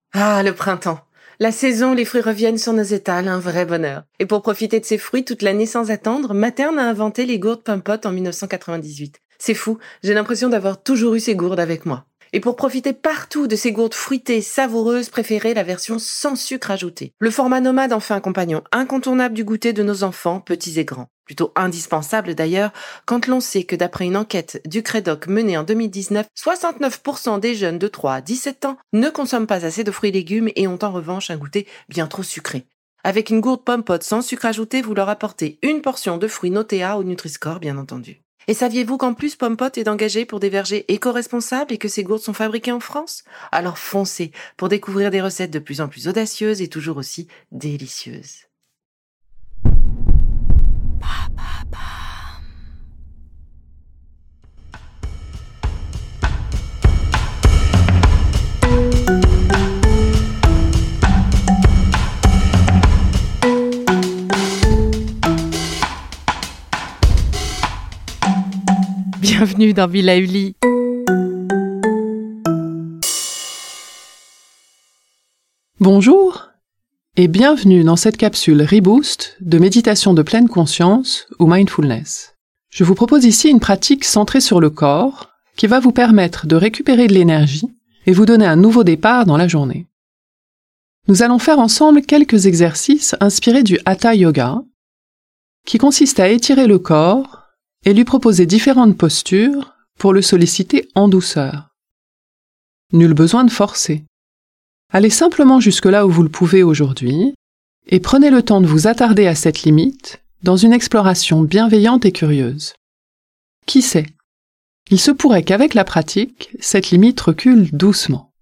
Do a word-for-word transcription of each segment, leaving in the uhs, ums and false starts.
Ah, le printemps. La saison où les fruits reviennent sur nos étals, un vrai bonheur. Et pour profiter de ces fruits toute l'année sans attendre, Materne a inventé les gourdes Pump-Pot en dix-neuf cent quatre-vingt-dix-huit. C'est fou, j'ai l'impression d'avoir toujours eu ces gourdes avec moi. Et pour profiter partout de ces gourdes fruitées, savoureuses, préférez la version sans sucre ajouté. Le format nomade en fait un compagnon incontournable du goûter de nos enfants, petits et grands. Plutôt indispensable d'ailleurs, quand l'on sait que d'après une enquête du Crédoc menée en deux mille dix-neuf, soixante-neuf pour cent des jeunes de trois à dix-sept ans ne consomment pas assez de fruits et légumes et ont en revanche un goûter bien trop sucré. Avec une gourde Pump-Pot sans sucre ajouté, vous leur apportez une portion de fruits notés A au Nutri-Score, bien entendu. Et saviez-vous qu'en plus Pump-Pot est engagé pour des vergers éco-responsables et que ces gourdes sont fabriquées en France? Alors foncez pour découvrir des recettes de plus en plus audacieuses et toujours aussi délicieuses. Bienvenue dans Villa Uli. Bonjour et bienvenue dans cette capsule Reboost de méditation de pleine conscience ou mindfulness. Je vous propose ici une pratique centrée sur le corps qui va vous permettre de récupérer de l'énergie et vous donner un nouveau départ dans la journée. Nous allons faire ensemble quelques exercices inspirés du Hatha Yoga qui consiste à étirer le corps et lui proposer différentes postures pour le solliciter en douceur. Nul besoin de forcer. Allez simplement jusque là où vous le pouvez aujourd'hui et prenez le temps de vous attarder à cette limite dans une exploration bienveillante et curieuse. Qui sait? Il se pourrait qu'avec la pratique, cette limite recule doucement.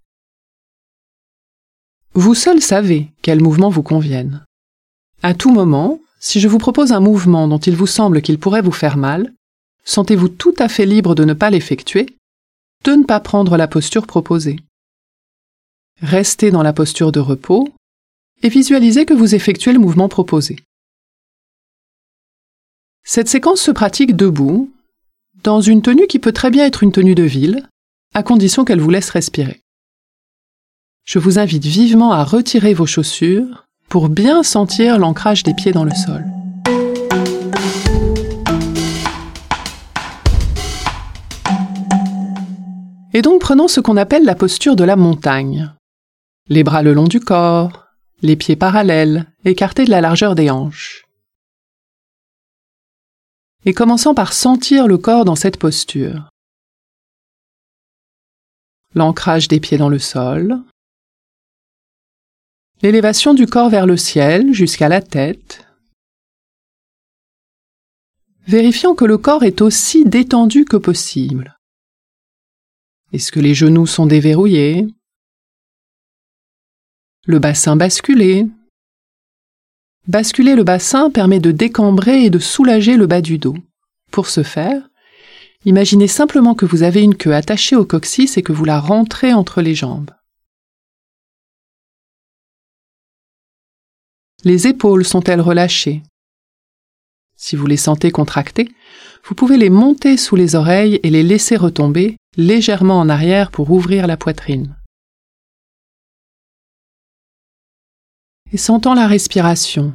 Vous seul savez quels mouvements vous conviennent. À tout moment, si je vous propose un mouvement dont il vous semble qu'il pourrait vous faire mal, sentez-vous tout à fait libre de ne pas l'effectuer, de ne pas prendre la posture proposée. Restez dans la posture de repos et visualisez que vous effectuez le mouvement proposé. Cette séquence se pratique debout, dans une tenue qui peut très bien être une tenue de ville, à condition qu'elle vous laisse respirer. Je vous invite vivement à retirer vos chaussures pour bien sentir l'ancrage des pieds dans le sol. Et donc prenons ce qu'on appelle la posture de la montagne. Les bras le long du corps, les pieds parallèles, écartés de la largeur des hanches. Et commençons par sentir le corps dans cette posture. L'ancrage des pieds dans le sol, l'élévation du corps vers le ciel jusqu'à la tête. Vérifions que le corps est aussi détendu que possible. Est-ce que les genoux sont déverrouillés? Le bassin basculé. Basculer le bassin permet de décambrer et de soulager le bas du dos. Pour ce faire, imaginez simplement que vous avez une queue attachée au coccyx et que vous la rentrez entre les jambes. Les épaules sont-elles relâchées? Si vous les sentez contractées, vous pouvez les monter sous les oreilles et les laisser retomber légèrement en arrière pour ouvrir la poitrine. Et sentons la respiration.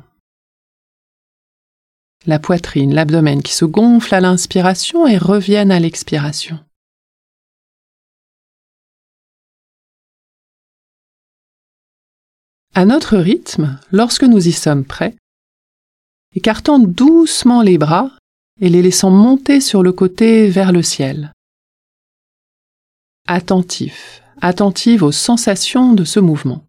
La poitrine, l'abdomen qui se gonflent à l'inspiration et reviennent à l'expiration. À notre rythme, lorsque nous y sommes prêts, écartons doucement les bras et les laissons monter sur le côté vers le ciel. Attentif, attentive aux sensations de ce mouvement.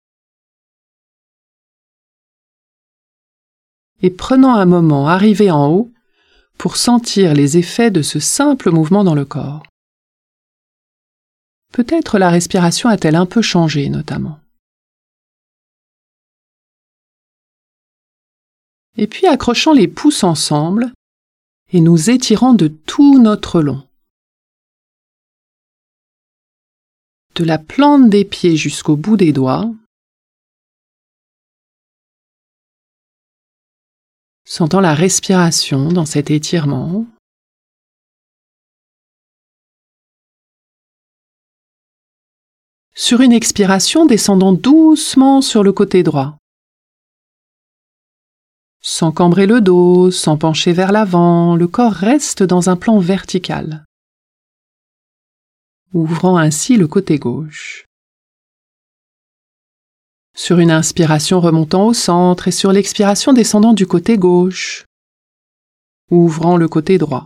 Et prenons un moment arrivé en haut pour sentir les effets de ce simple mouvement dans le corps. Peut-être la respiration a-t-elle un peu changé notamment. Et puis accrochons les pouces ensemble et nous étirons de tout notre long. De la plante des pieds jusqu'au bout des doigts. Sentant la respiration dans cet étirement. Sur une expiration, descendons doucement sur le côté droit. Sans cambrer le dos, sans pencher vers l'avant, le corps reste dans un plan vertical, ouvrant ainsi le côté gauche. Sur une inspiration remontant au centre et sur l'expiration descendant du côté gauche, ouvrant le côté droit.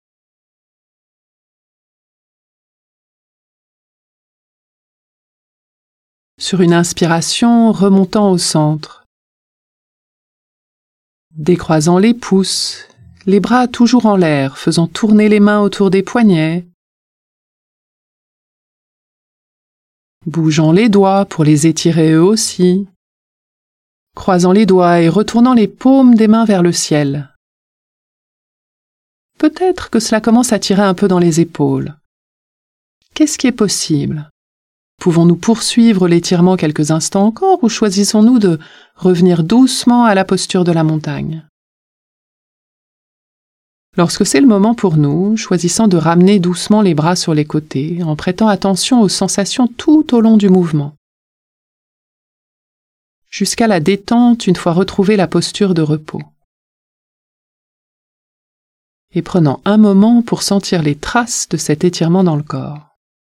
Sur une inspiration remontant au centre, décroisant les pouces, les bras toujours en l'air, faisant tourner les mains autour des poignets, bougeant les doigts pour les étirer eux aussi, croisant les doigts et retournant les paumes des mains vers le ciel. Peut-être que cela commence à tirer un peu dans les épaules. Qu'est-ce qui est possible ? Pouvons-nous poursuivre l'étirement quelques instants encore ou choisissons-nous de revenir doucement à la posture de la montagne ? Lorsque c'est le moment pour nous, choisissant de ramener doucement les bras sur les côtés en prêtant attention aux sensations tout au long du mouvement, jusqu'à la détente une fois retrouvée la posture de repos. Et prenant un moment pour sentir les traces de cet étirement dans le corps.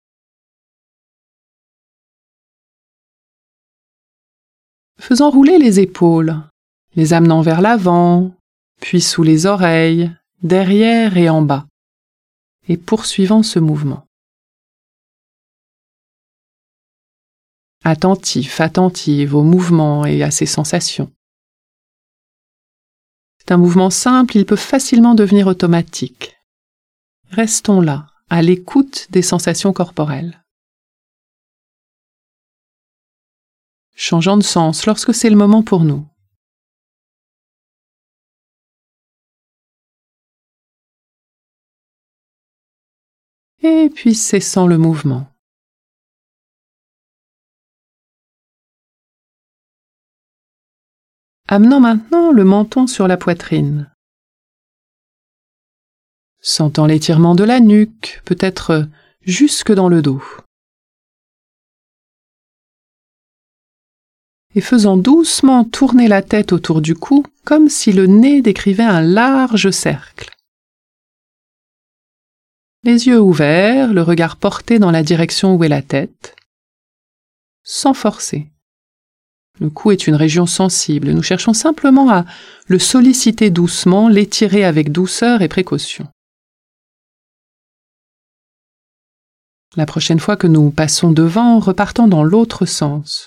Faisant rouler les épaules, les amenant vers l'avant, puis sous les oreilles, derrière et en bas, et poursuivant ce mouvement. Attentif, attentive aux mouvements et à ses sensations. C'est un mouvement simple, il peut facilement devenir automatique. Restons là, à l'écoute des sensations corporelles. Changeant de sens lorsque c'est le moment pour nous. Et puis cessant le mouvement. Amenant maintenant le menton sur la poitrine. Sentant l'étirement de la nuque, peut-être jusque dans le dos. Et faisant doucement tourner la tête autour du cou comme si le nez décrivait un large cercle. Les yeux ouverts, le regard porté dans la direction où est la tête, sans forcer. Le cou est une région sensible, nous cherchons simplement à le solliciter doucement, l'étirer avec douceur et précaution. La prochaine fois que nous passons devant, repartons dans l'autre sens.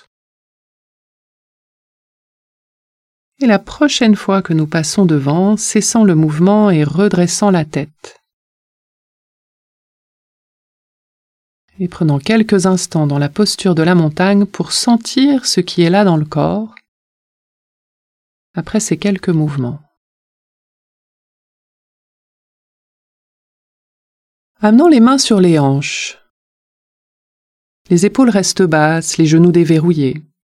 Et la prochaine fois que nous passons devant, cessant le mouvement et redressant la tête. Et prenant quelques instants dans la posture de la montagne pour sentir ce qui est là dans le corps, après ces quelques mouvements. Amenons les mains sur les hanches. Les épaules restent basses, les genoux déverrouillés.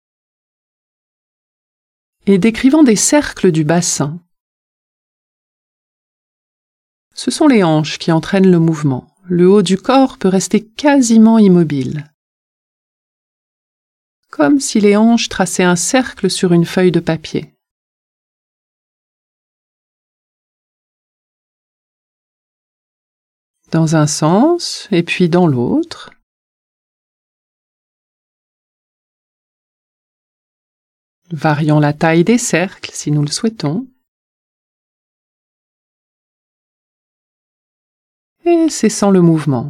Et décrivant des cercles du bassin. Ce sont les hanches qui entraînent le mouvement. Le haut du corps peut rester quasiment immobile. Comme si les hanches traçaient un cercle sur une feuille de papier. Dans un sens, et puis dans l'autre. Variant la taille des cercles si nous le souhaitons. Et cessant le mouvement.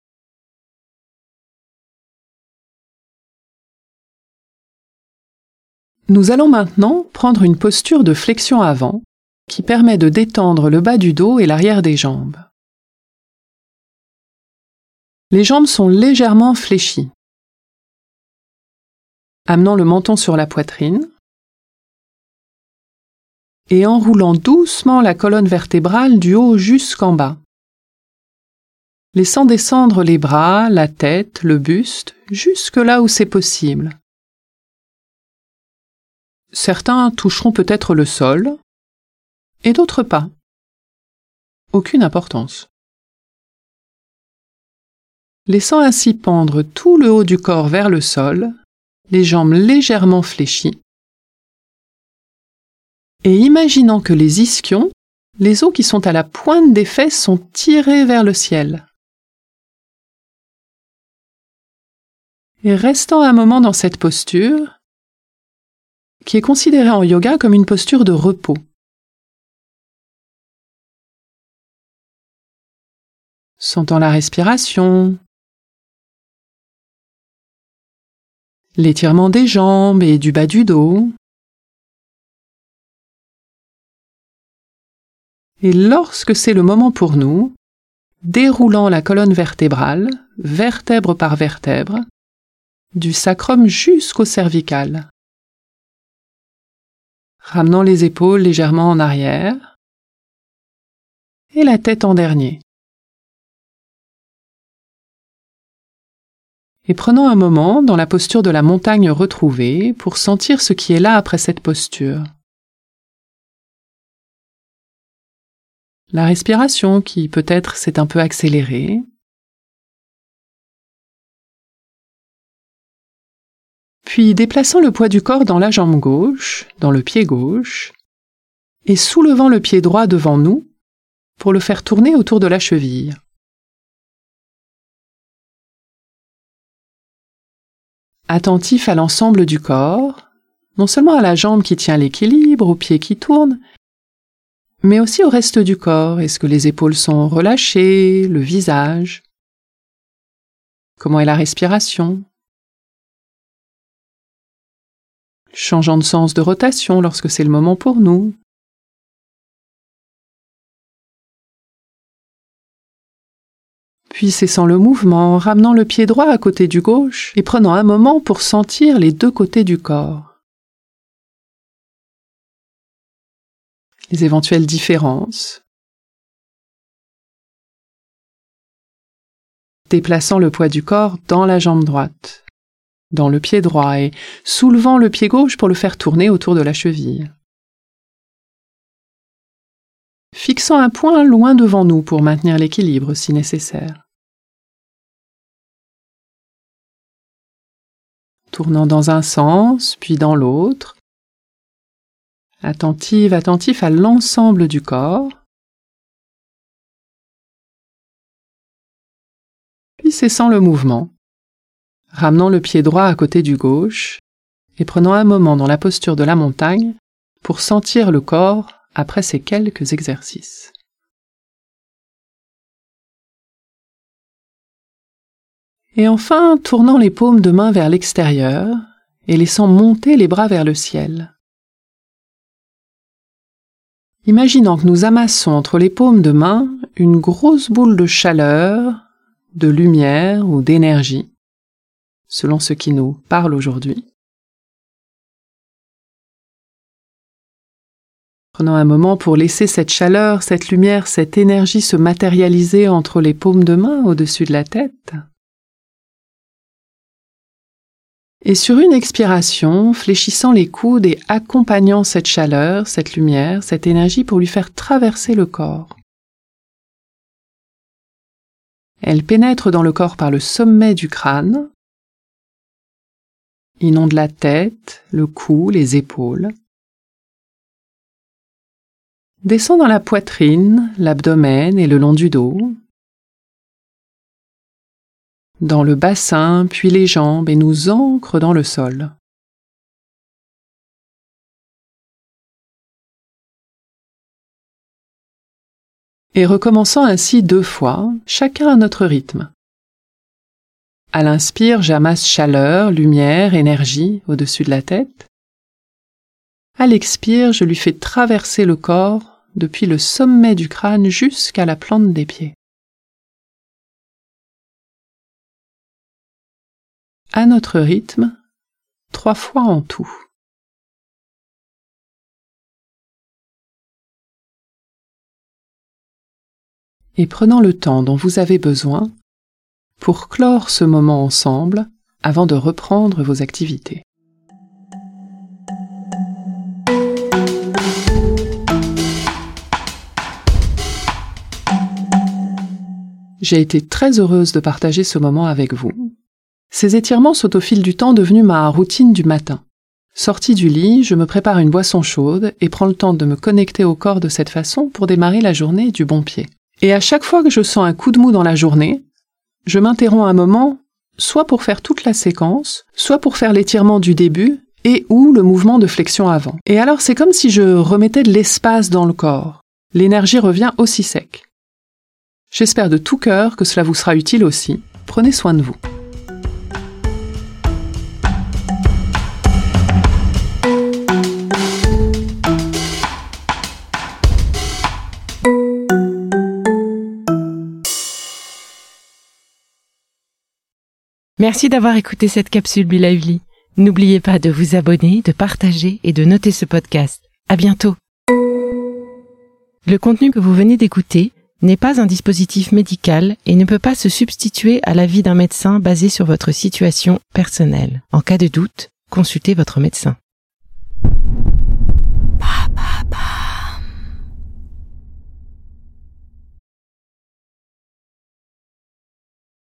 Nous allons maintenant prendre une posture de flexion avant qui permet de détendre le bas du dos et l'arrière des jambes. Les jambes sont légèrement fléchies. Amenant le menton sur la poitrine et enroulant doucement la colonne vertébrale du haut jusqu'en bas. Laissant descendre les bras, la tête, le buste, jusque là où c'est possible. Certains toucheront peut-être le sol, et d'autres pas. Aucune importance. laissant ainsi pendre tout le haut du corps vers le sol, les jambes légèrement fléchies, et imaginant que les ischions, les os qui sont à la pointe des fesses, sont tirés vers le ciel. Et restant un moment dans cette posture, qui est considérée en yoga comme une posture de repos. Sentant la respiration, l'étirement des jambes et du bas du dos. Et lorsque c'est le moment pour nous, déroulant la colonne vertébrale, vertèbre par vertèbre, du sacrum jusqu'au cervical. Ramenant les épaules légèrement en arrière et la tête en dernier. Et prenons un moment dans la posture de la montagne retrouvée pour sentir ce qui est là après cette posture. La respiration qui peut-être s'est un peu accélérée. Puis déplaçant le poids du corps dans la jambe gauche, dans le pied gauche, et soulevant le pied droit devant nous pour le faire tourner autour de la cheville. Attentif à l'ensemble du corps, non seulement à la jambe qui tient l'équilibre, au pied qui tourne, mais aussi au reste du corps. Est-ce que les épaules sont relâchées, le visage? Comment est la respiration? Changeant de sens de rotation lorsque c'est le moment pour nous. Puis cessant le mouvement, ramenant le pied droit à côté du gauche et prenant un moment pour sentir les deux côtés du corps. Les éventuelles différences. Déplaçant le poids du corps dans la jambe droite, dans le pied droit et soulevant le pied gauche pour le faire tourner autour de la cheville. Fixant un point loin devant nous pour maintenir l'équilibre si nécessaire. Tournant dans un sens, puis dans l'autre. Attentive, attentif à l'ensemble du corps. Puis cessant le mouvement, ramenant le pied droit à côté du gauche et prenant un moment dans la posture de la montagne pour sentir le corps après ces quelques exercices. Et enfin, tournant les paumes de main vers l'extérieur et laissant monter les bras vers le ciel. Imaginant que nous amassons entre les paumes de main une grosse boule de chaleur, de lumière ou d'énergie, selon ce qui nous parle aujourd'hui. Prenons un moment pour laisser cette chaleur, cette lumière, cette énergie se matérialiser entre les paumes de main au-dessus de la tête. Et sur une expiration, fléchissant les coudes et accompagnant cette chaleur, cette lumière, cette énergie pour lui faire traverser le corps. Elle pénètre dans le corps par le sommet du crâne, inonde la tête, le cou, les épaules. Descend dans la poitrine, l'abdomen et le long du dos. Dans le bassin, puis les jambes et nous ancre dans le sol. Et recommençant ainsi deux fois, chacun à notre rythme. À l'inspire, j'amasse chaleur, lumière, énergie au-dessus de la tête. À l'expire, je lui fais traverser le corps depuis le sommet du crâne jusqu'à la plante des pieds. À notre rythme, trois fois en tout. Et prenant le temps dont vous avez besoin pour clore ce moment ensemble avant de reprendre vos activités. J'ai été très heureuse de partager ce moment avec vous. Ces étirements sont au fil du temps devenus ma routine du matin. Sortie du lit, je me prépare une boisson chaude et prends le temps de me connecter au corps de cette façon pour démarrer la journée du bon pied. Et à chaque fois que je sens un coup de mou dans la journée, je m'interromps un moment, soit pour faire toute la séquence, soit pour faire l'étirement du début et ou le mouvement de flexion avant. Et alors c'est comme si je remettais de l'espace dans le corps. L'énergie revient aussi sec. J'espère de tout cœur que cela vous sera utile aussi. Prenez soin de vous. Merci d'avoir écouté cette capsule Be Lively. N'oubliez pas de vous abonner, de partager et de noter ce podcast. À bientôt. Le contenu que vous venez d'écouter n'est pas un dispositif médical et ne peut pas se substituer à l'avis d'un médecin basé sur votre situation personnelle. En cas de doute, consultez votre médecin.